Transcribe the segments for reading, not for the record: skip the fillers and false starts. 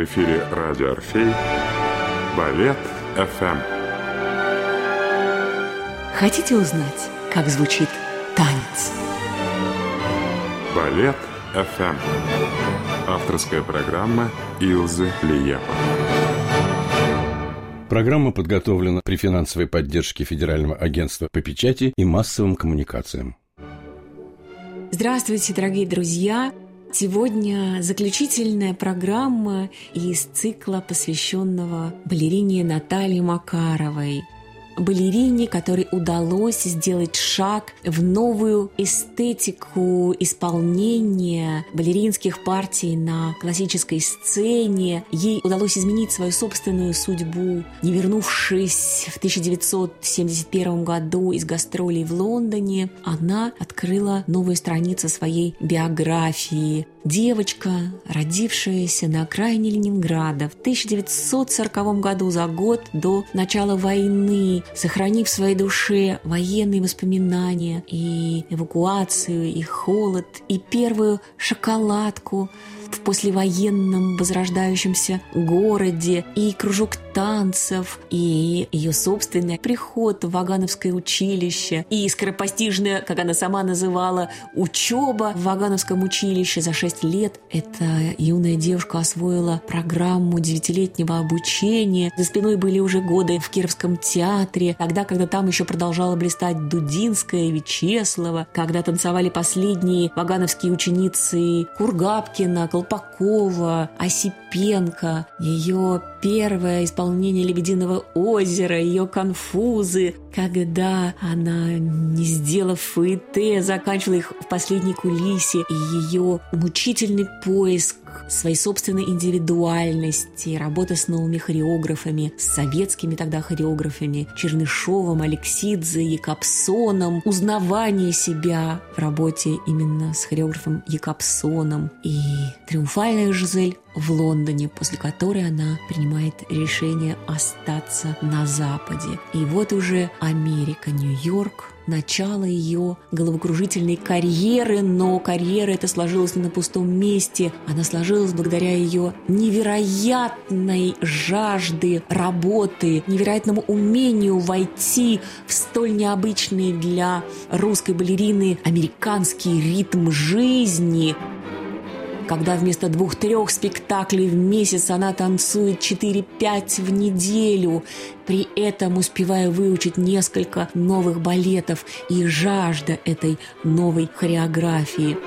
эфире радио Орфей «Балет ФМ». Хотите узнать, как звучит танец? «Балет ФМ». Авторская программа Илзы Лиепа. Программа подготовлена при финансовой поддержке Федерального агентства по печати и массовым коммуникациям. Здравствуйте, дорогие друзья! Сегодня заключительная программа из цикла, посвященного балерине Наталье Макаровой. Балерине, которой удалось сделать шаг в новую эстетику исполнения балеринских партий на классической сцене. Ей удалось изменить свою собственную судьбу, не вернувшись в 1971 году из гастролей в Лондоне. Она открыла новую страницу своей биографии. Девочка, родившаяся на окраине Ленинграда в 1940 году, за год до начала войны, сохранив в своей душе военные воспоминания и эвакуацию, и холод, и первую шоколадку в послевоенном возрождающемся городе, и кружок танцев, и ее собственный приход в Вагановское училище, и скоропостижная, как она сама называла, учеба в Вагановском училище за 6 лет. Эта юная девушка освоила программу 9-летнего обучения. За спиной были уже годы в Кировском театре, тогда, когда там еще продолжала блистать Дудинская, Вячеслава, когда танцевали последние вагановские ученицы Кургапкина, Колпакова, Осипенко, ее первое исполнение «Лебединого озера», ее конфузы, когда она, не сделав фуэте, заканчивала их в последней кулисе, и ее мучительный поиск своей собственной индивидуальности, работа с новыми хореографами, с советскими тогда хореографами, Чернышовым, Алексидзе, Якобсоном, узнавание себя в работе именно с хореографом Якобсоном и триумфальная Жизель в Лондоне, после которой она принимает решение остаться на Западе. И вот уже Америка, Нью-Йорк, начало ее головокружительной карьеры, но карьера эта сложилась не на пустом месте. Она сложилась благодаря ее невероятной жажде работы, невероятному умению войти в столь необычный для русской балерины американский ритм жизни, когда вместо 2-3 спектаклей в месяц она танцует 4-5 в неделю, при этом успевая выучить несколько новых балетов, и жажда этой новой хореографии.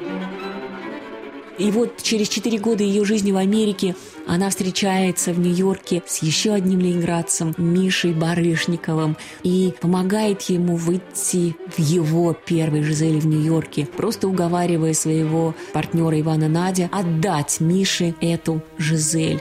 И вот через 4 года ее жизни в Америке она встречается в Нью-Йорке с еще одним ленинградцем, Мишей Барышниковым, и помогает ему выйти в его первой Жизели в Нью-Йорке, просто уговаривая своего партнера Ивана Надя отдать Мише эту Жизель.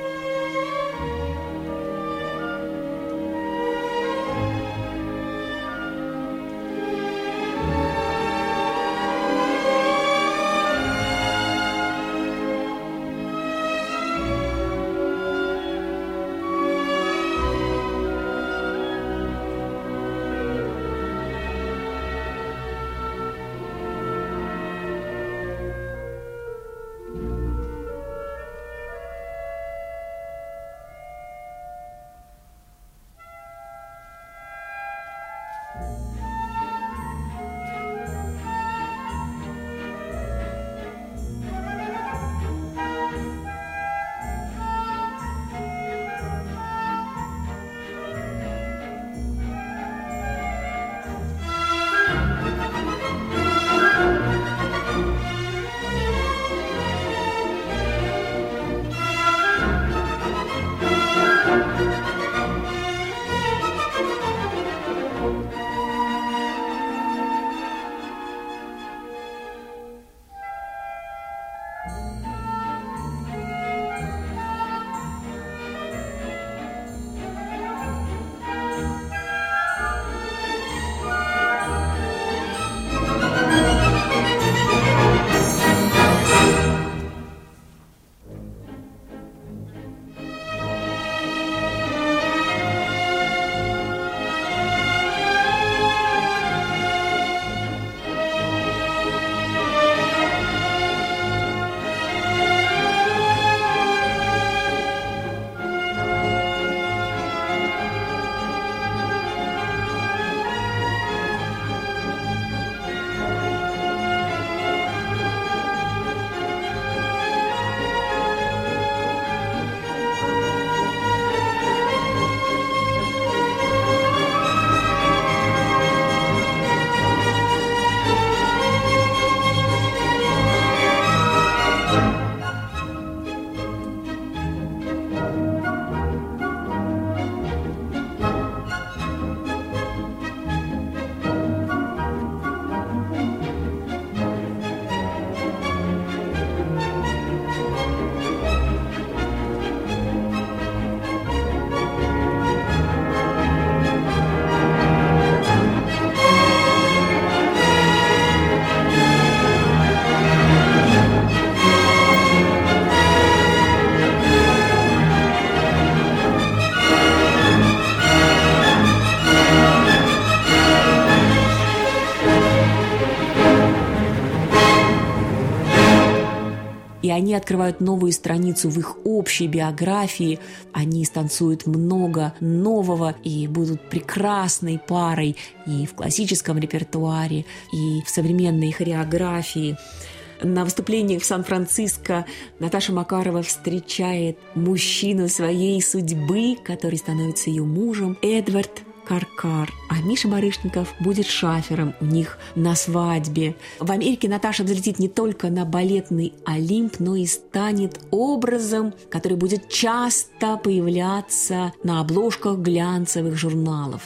и они открывают новую страницу в их общей биографии. Они станцуют много нового и будут прекрасной парой и в классическом репертуаре, и в современной хореографии. На выступлениях в Сан-Франциско Наташа Макарова встречает мужчину своей судьбы, который становится ее мужем, Эдвард Каркар, а Миша Барышников будет шафером у них на свадьбе. В Америке Наташа взлетит не только на балетный Олимп, но и станет образом, который будет часто появляться на обложках глянцевых журналов.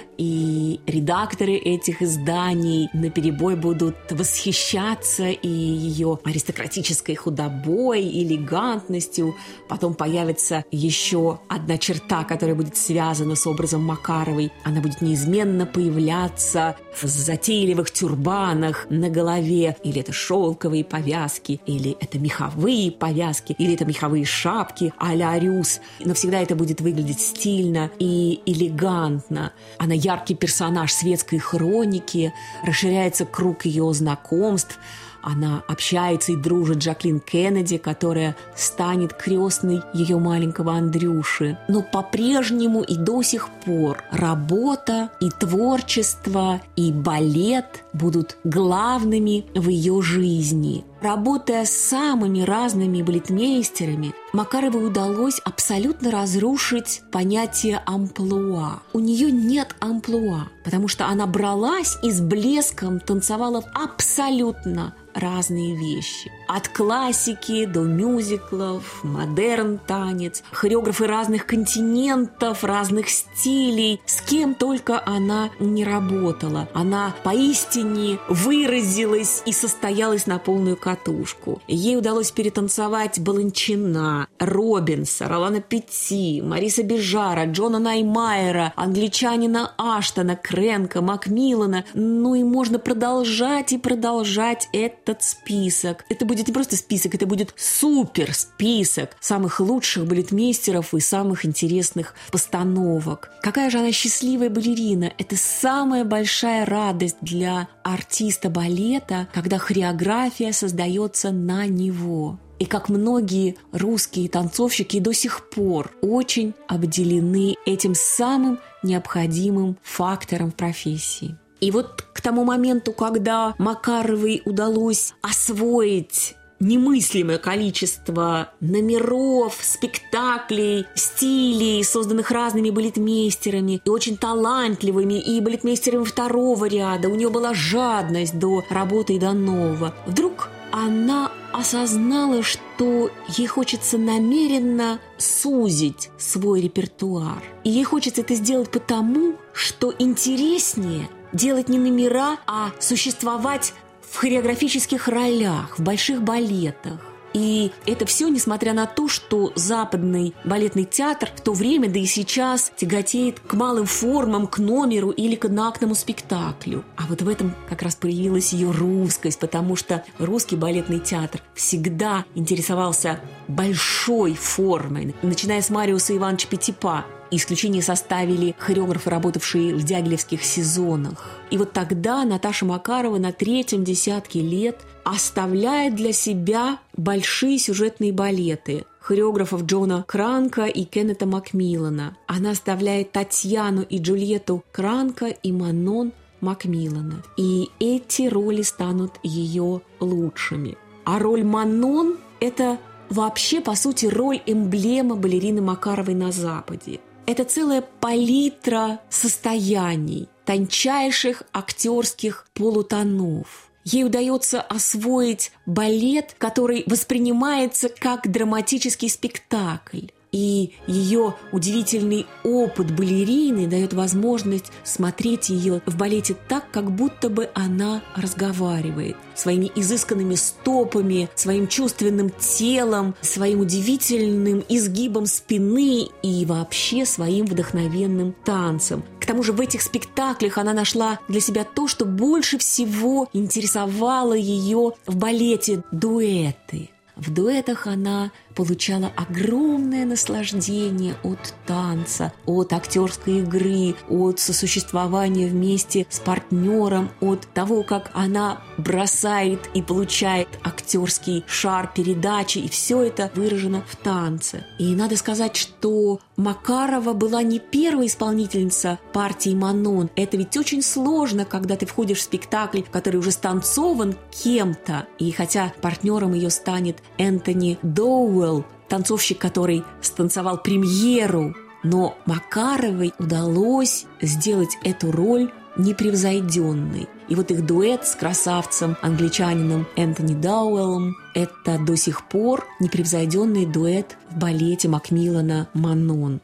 И редакторы этих изданий наперебой будут восхищаться и ее аристократической худобой, элегантностью. Потом появится еще одна черта, которая будет связана с образом Макаровой. Она будет неизменно появляться в затейливых тюрбанах на голове. Или это шелковые повязки, или это меховые повязки, или это меховые шапки а-ля Рюс. Но всегда это будет выглядеть стильно и элегантно. Она яркий персонаж светской хроники, расширяется круг ее знакомств. Она общается и дружит с Жаклин Кеннеди, которая станет крестной ее маленького Андрюши. Но по-прежнему и до сих пор работа и творчество и балет будут главными в ее жизни. Работая с самыми разными балетмейстерами, Макаровой удалось абсолютно разрушить понятие амплуа. У нее нет амплуа, потому что она бралась и с блеском танцевала абсолютно разные вещи. От классики до мюзиклов, модерн-танец, хореографы разных континентов, разных стилей. С кем только она не работала. Она поистине выразилась и состоялась на полную катушку. Ей удалось перетанцевать Баланчина, Робинса, Ролана Петти, Мариса Бежара, Джона Наймайера, англичанина Аштона, Кренка, Макмиллана. Ну и можно продолжать и продолжать этот список. Это будет не просто список, это будет супер список самых лучших балетмейстеров и самых интересных постановок. Какая же она счастливая балерина. Это самая большая радость для артиста балета, когда хореография создается на него. И как многие русские танцовщики до сих пор очень обделены этим самым необходимым фактором в профессии. И вот к тому моменту, когда Макаровой удалось освоить немыслимое количество номеров, спектаклей, стилей, созданных разными балетмейстерами, и очень талантливыми, и балетмейстерами второго ряда, у нее была жадность до работы и до нового. Вдруг она осознала, что ей хочется намеренно сузить свой репертуар. И ей хочется это сделать потому, что интереснее делать не номера, а существовать в хореографических ролях, в больших балетах. И это все несмотря на то, что западный балетный театр в то время, да и сейчас, тяготеет к малым формам, к номеру или к одноактному спектаклю. А вот в этом как раз проявилась ее русскость, потому что русский балетный театр всегда интересовался большой формой, начиная с Мариуса Ивановича Петипа. Исключение составили хореографы, работавшие в дягилевских сезонах. И вот тогда Наташа Макарова на третьем десятке лет оставляет для себя большие сюжетные балеты хореографов Джона Кранка и Кеннета Макмиллана. Она оставляет Татьяну и Джульетту Кранка и Манон Макмиллана. И эти роли станут ее лучшими. А роль Манон – это вообще, по сути, роль эмблема балерины Макаровой на Западе. Это целая палитра состояний, тончайших актерских полутонов. Ей удается освоить балет, который воспринимается как драматический спектакль. И ее удивительный опыт балерины дает возможность смотреть ее в балете так, как будто бы она разговаривает. Своими изысканными стопами, своим чувственным телом, своим удивительным изгибом спины и вообще своим вдохновенным танцем. К тому же в этих спектаклях она нашла для себя то, что больше всего интересовало ее в балете – дуэты. В дуэтах она получала огромное наслаждение от танца, от актерской игры, от сосуществования вместе с партнером, от того, как она бросает и получает актерский шар передачи, и все это выражено в танце. И надо сказать, что Макарова была не первая исполнительница партии «Манон». Это ведь очень сложно, когда ты входишь в спектакль, который уже станцован кем-то. И хотя партнером ее станет Энтони Доуэлл, танцовщик, который станцевал премьеру, но Макаровой удалось сделать эту роль непревзойденной. И вот их дуэт с красавцем, англичанином Энтони Доуэллом – это до сих пор непревзойденный дуэт в балете Макмиллана «Манон».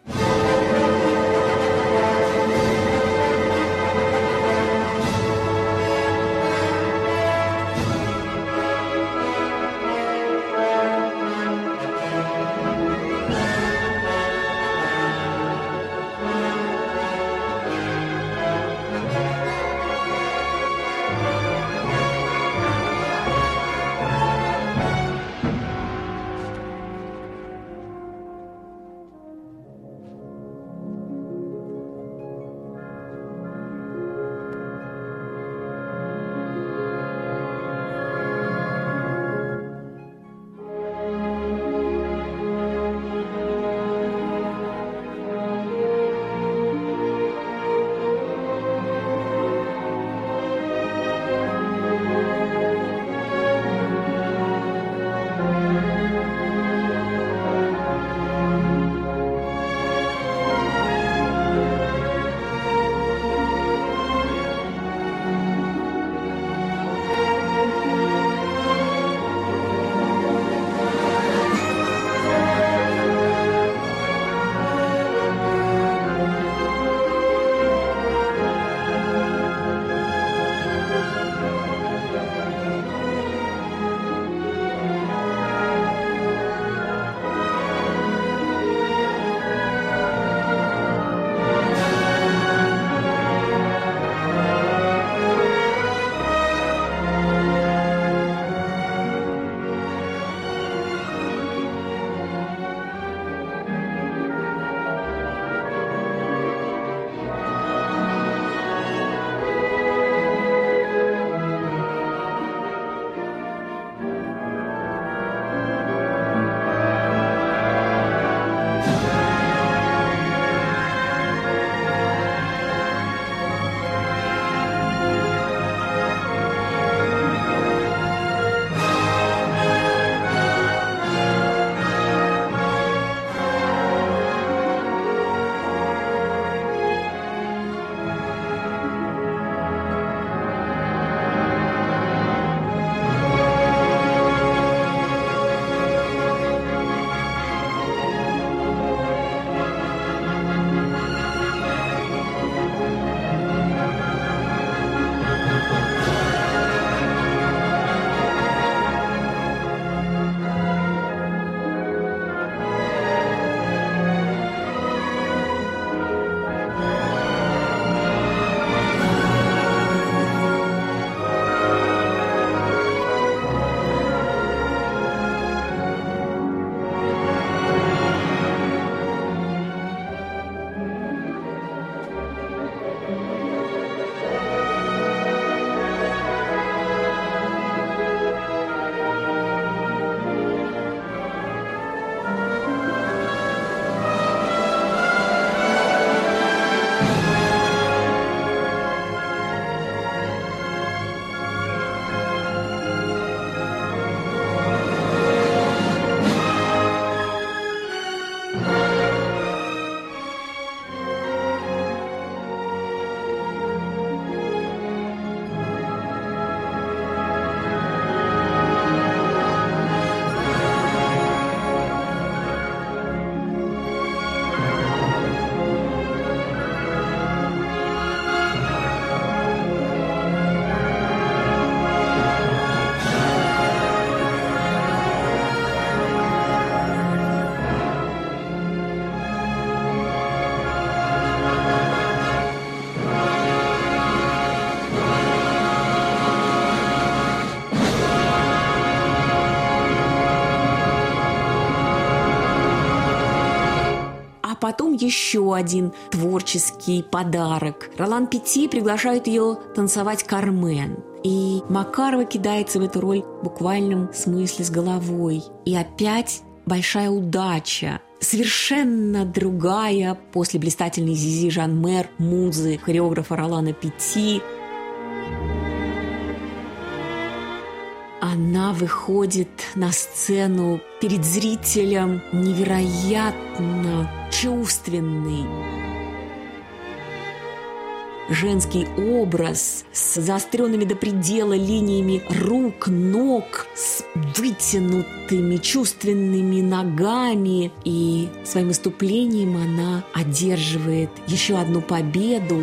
потом еще один творческий подарок. Ролан Петти приглашает ее танцевать «Кармен». И Макарова кидается в эту роль в буквальном смысле с головой. И опять большая удача. Совершенно другая после блистательной Зизи Жанмер музы хореографа Ролана Петти. Она выходит на сцену перед зрителем невероятно чувственный. Женский образ с заостренными до предела линиями рук, ног, с вытянутыми чувственными ногами. И своим выступлением она одерживает еще одну победу.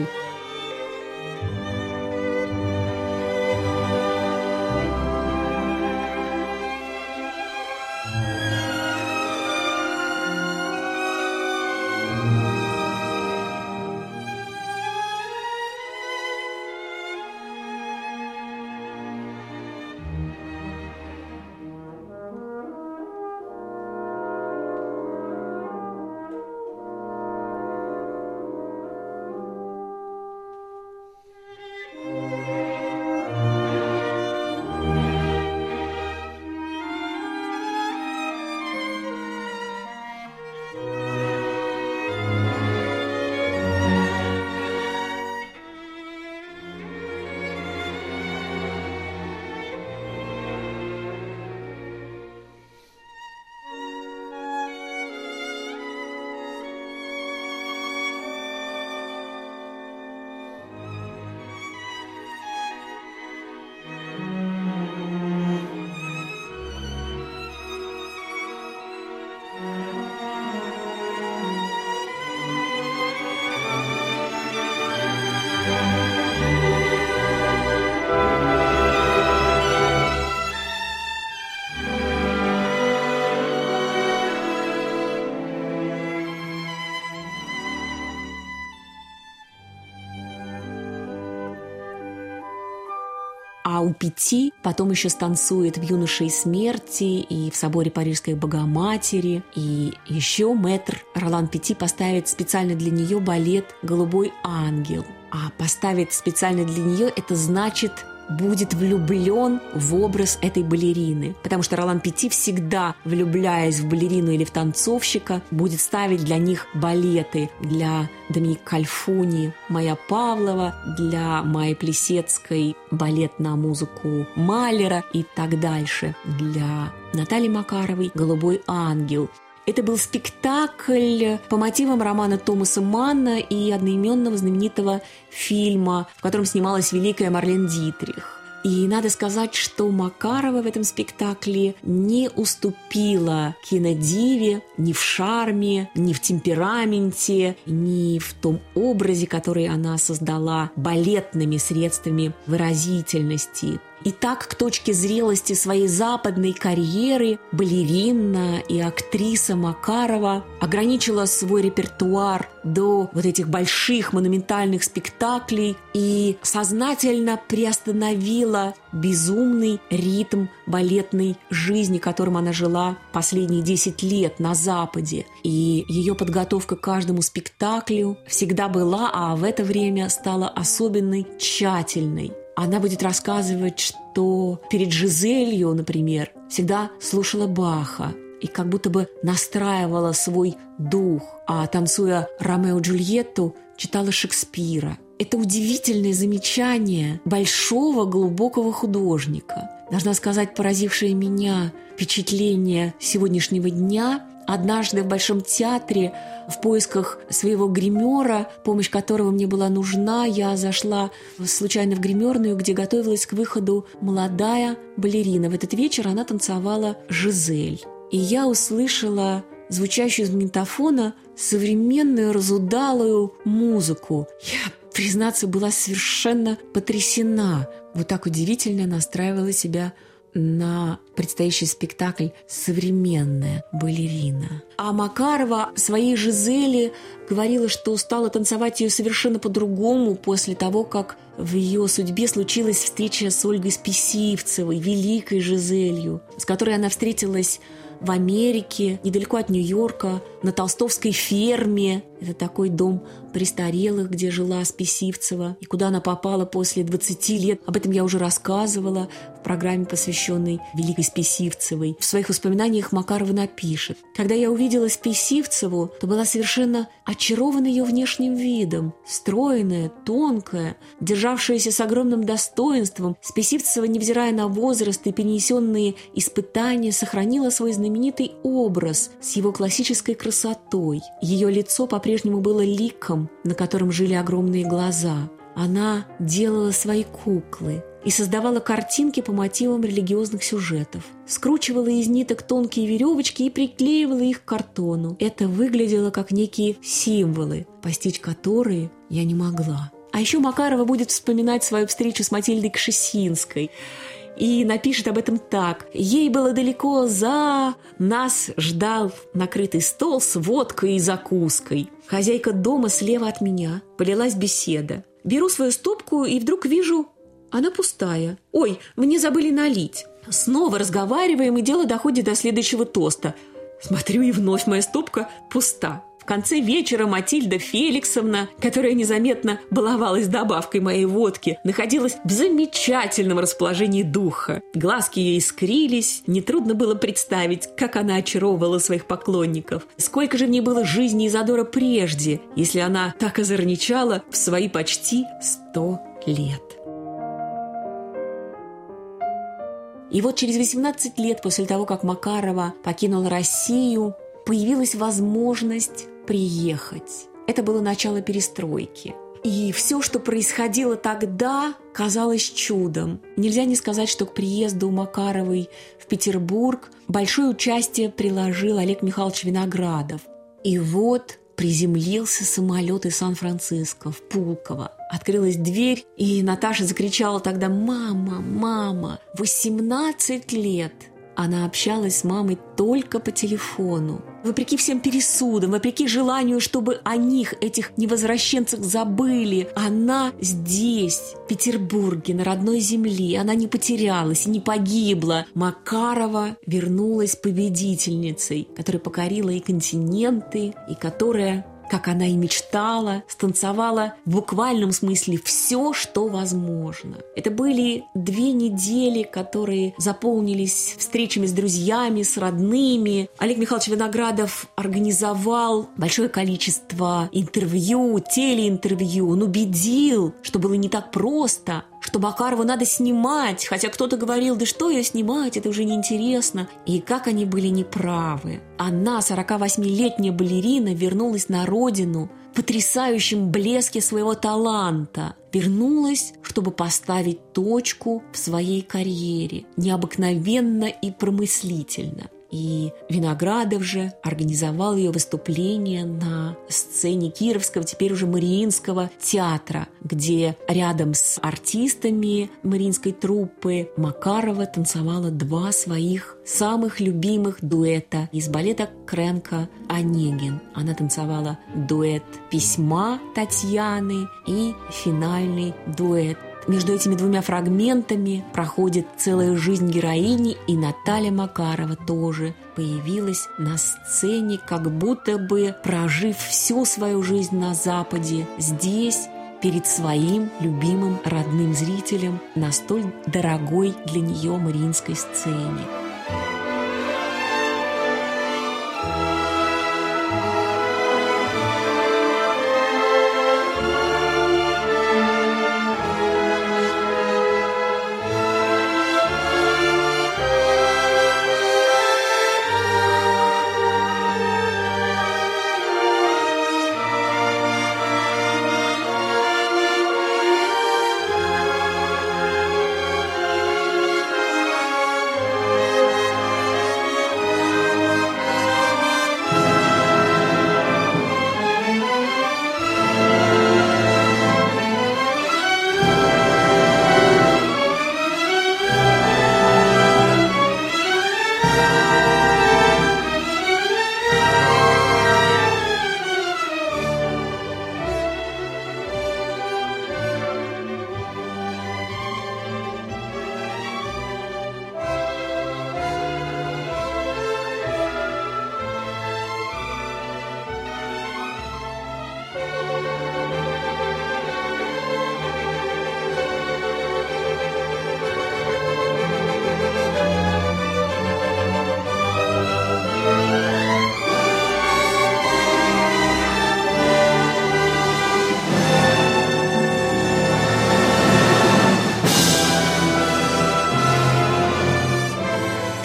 А у Петти потом еще станцует в «Юноше и смерти» и в соборе Парижской Богоматери. И еще мэтр Ролан Петти поставит специально для нее балет «Голубой ангел». А поставит специально для нее – это значит будет влюблен в образ этой балерины. Потому что Ролан Петти всегда, влюбляясь в балерину или в танцовщика, будет ставить для них балеты. Для Доминика Кальфуни «Моя Павлова», для Майи Плисецкой балет на музыку Малера и так дальше. Для Натальи Макаровой «Голубой ангел». Это был спектакль по мотивам романа Томаса Манна и одноименного знаменитого фильма, в котором снималась великая Марлен Дитрих. И надо сказать, что Макарова в этом спектакле не уступила кинодиве ни в шарме, ни в темпераменте, ни в том образе, который она создала балетными средствами выразительности. И так, к точке зрелости своей западной карьеры, балерина и актриса Макарова ограничила свой репертуар до вот этих больших монументальных спектаклей и сознательно приостановила безумный ритм балетной жизни, которым она жила последние 10 лет на Западе. И ее подготовка к каждому спектаклю всегда была, а в это время стала особенной, тщательной. Она будет рассказывать, что перед Жизелью, например, всегда слушала Баха и как будто бы настраивала свой дух, а танцуя Ромео и Джульетту, читала Шекспира. Это удивительное замечание большого, глубокого художника. Должна сказать, поразившее меня впечатление сегодняшнего дня. Однажды в Большом театре в поисках своего гримера, помощь которого мне была нужна, я зашла случайно в гримерную, где готовилась к выходу молодая балерина. В этот вечер она танцевала Жизель. И я услышала звучащую из магнитофона современную разудалую музыку. Я, признаться, была совершенно потрясена. Вот так удивительно настраивала себя на предстоящий спектакль «Современная балерина». А Макарова своей Жизели говорила, что стала танцевать ее совершенно по-другому после того, как в ее судьбе случилась встреча с Ольгой Списивцевой, великой Жизелью, с которой она встретилась в Америке, недалеко от Нью-Йорка, на Толстовской ферме. Это такой дом престарелых, где жила Списивцева, и куда она попала после 20 лет. Об этом я уже рассказывала в программе, посвященной Великой Списивцевой. В своих воспоминаниях Макарова напишет: «Когда я увидела Списивцеву, то была совершенно очарована ее внешним видом. Стройная, тонкая, державшаяся с огромным достоинством, Списивцева, невзирая на возраст и перенесенные испытания, сохранила свой знаменитый образ с его классической красотой. Ее лицо по-прежнему было ликом, на котором жили огромные глаза. Она делала свои куклы и создавала картинки по мотивам религиозных сюжетов. Скручивала из ниток тонкие веревочки и приклеивала их к картону. Это выглядело как некие символы, постичь которые я не могла». А еще Макарова будет вспоминать свою встречу с Матильдой Кшесинской и напишет об этом так: «Ей было далеко за... Нас ждал накрытый стол с водкой и закуской. Хозяйка дома слева от меня. Полилась беседа. Беру свою стопку и вдруг вижу, она пустая. Ой, мне забыли налить. Снова разговариваем, и дело доходит до следующего тоста. Смотрю, и вновь моя стопка пуста. В конце вечера Матильда Феликсовна, которая незаметно баловалась добавкой моей водки, находилась в замечательном расположении духа. Глазки ее искрились, нетрудно было представить, как она очаровывала своих поклонников. Сколько же в ней было жизни и задора прежде, если она так озорничала в свои почти 100 лет». И вот через 18 лет после того, как Макарова покинула Россию, появилась возможность приехать. Это было начало перестройки. И все, что происходило тогда, казалось чудом. Нельзя не сказать, что к приезду Макаровой в Петербург большое участие приложил Олег Михайлович Виноградов. И вот приземлился самолет из Сан-Франциско в Пулково. Открылась дверь, и Наташа закричала тогда: «Мама, мама!» 18 лет она общалась с мамой только по телефону. Вопреки всем пересудам, вопреки желанию, чтобы о них, этих невозвращенцах, забыли, она здесь, в Петербурге, на родной земле. Она не потерялась и не погибла. Макарова вернулась победительницей, которая покорила и континенты, и которая, как она и мечтала, станцевала в буквальном смысле все, что возможно. Это были 2 недели, которые заполнились встречами с друзьями, с родными. Олег Михайлович Виноградов организовал большое количество интервью, телеинтервью. Он убедил, что было не так просто, что Макарову надо снимать, хотя кто-то говорил: да что ее снимать, это уже неинтересно. И как они были неправы. Она, 48-летняя балерина, вернулась на родину в потрясающем блеске своего таланта. Вернулась, чтобы поставить точку в своей карьере, необыкновенно и промыслительно. И Виноградов же организовал ее выступление на сцене Кировского, теперь уже Мариинского театра, где рядом с артистами Мариинской труппы Макарова танцевала 2 своих самых любимых дуэта из балета Кренка «Онегин». Она танцевала дуэт «Письма» Татьяны и финальный дуэт. Между этими 2 фрагментами проходит целая жизнь героини, и Наталья Макарова тоже появилась на сцене, как будто бы прожив всю свою жизнь на Западе, здесь, перед своим любимым родным зрителем на столь дорогой для нее мариинской сцене.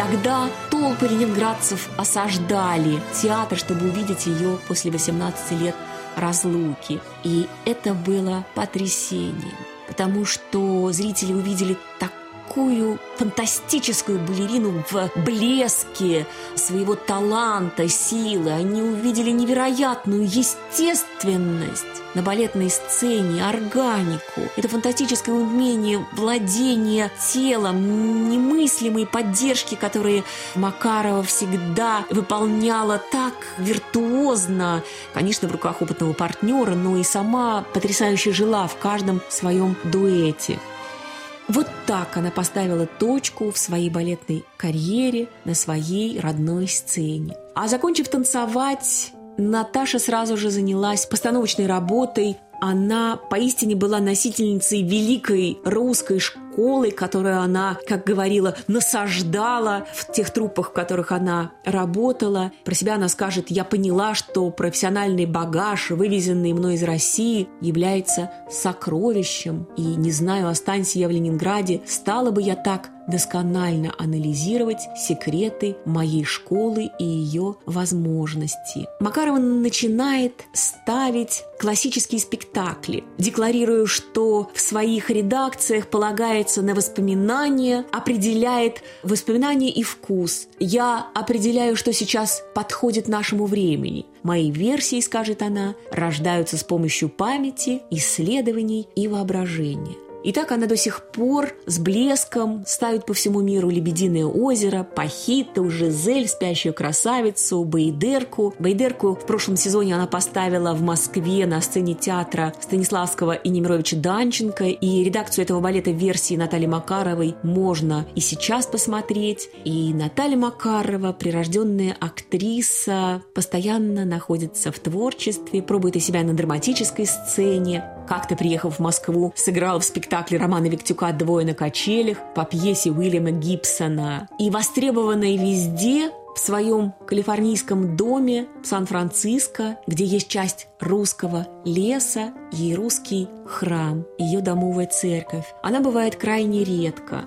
Тогда толпы ленинградцев осаждали театр, чтобы увидеть ее после 18 лет разлуки. И это было потрясением, потому что зрители увидели такую фантастическую балерину в блеске своего таланта, силы. Они увидели невероятную естественность на балетной сцене, органику. Это фантастическое умение владения телом, немыслимые поддержки, которые Макарова всегда выполняла так виртуозно, конечно, в руках опытного партнера, но и сама потрясающе жила в каждом своем дуэте. Вот так она поставила точку в своей балетной карьере на своей родной сцене. А закончив танцевать, Наташа сразу же занялась постановочной работой. Она поистине была носительницей великой русской школы, которую она, как говорила, насаждала в тех труппах, в которых она работала. Про себя она скажет: «Я поняла, что профессиональный багаж, вывезенный мной из России, является сокровищем. И не знаю, останься я в Ленинграде, стала бы я так досконально анализировать секреты моей школы и ее возможности». Макарова начинает ставить классические спектакли, декларируя, что в своих редакциях полагается на воспоминания, определяет воспоминания и вкус. «Я определяю, что сейчас подходит нашему времени. Мои версии, — скажет она, — рождаются с помощью памяти, исследований и воображения». И так она до сих пор с блеском ставит по всему миру «Лебединое озеро», «Пахиту», «Жизель», «Спящую красавицу», «Бейдерку». «Бейдерку» в прошлом сезоне она поставила в Москве на сцене театра Станиславского и Немировича Данченко. И редакцию этого балета в версии Натальи Макаровой можно и сейчас посмотреть. И Наталья Макарова, прирожденная актриса, постоянно находится в творчестве, пробует и себя на драматической сцене. Как-то, приехав в Москву, сыграла в спектакле Романа Виктюка «Двое на качелях» по пьесе Уильяма Гибсона. И востребованная везде, в своем калифорнийском доме в Сан-Франциско, где есть часть русского леса и русский храм, ее домовая церковь. Она бывает крайне редко.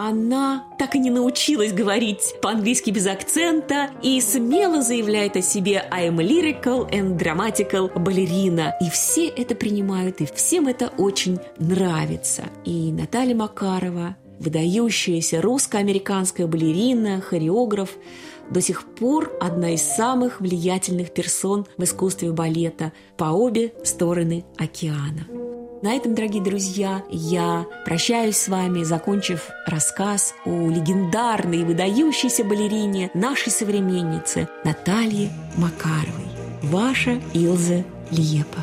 Она так и не научилась говорить по-английски без акцента и смело заявляет о себе «I am lyrical and dramatical балерина». И все это принимают, и всем это очень нравится. И Наталья Макарова, выдающаяся русско-американская балерина, хореограф, до сих пор одна из самых влиятельных персон в искусстве балета по обе стороны океана. На этом, дорогие друзья, я прощаюсь с вами, закончив рассказ о легендарной и выдающейся балерине, нашей современнице Наталье Макаровой. Ваша Илза Лиепа.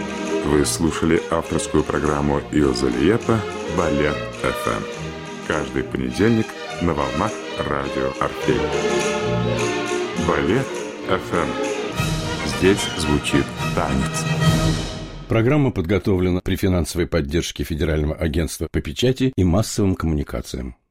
Вы слушали авторскую программу Илзы Лиепа «Балет ФМ». Каждый понедельник на волнах радио Орфей. Балет ФМ. Здесь звучит танец. Программа подготовлена при финансовой поддержке Федерального агентства по печати и массовым коммуникациям.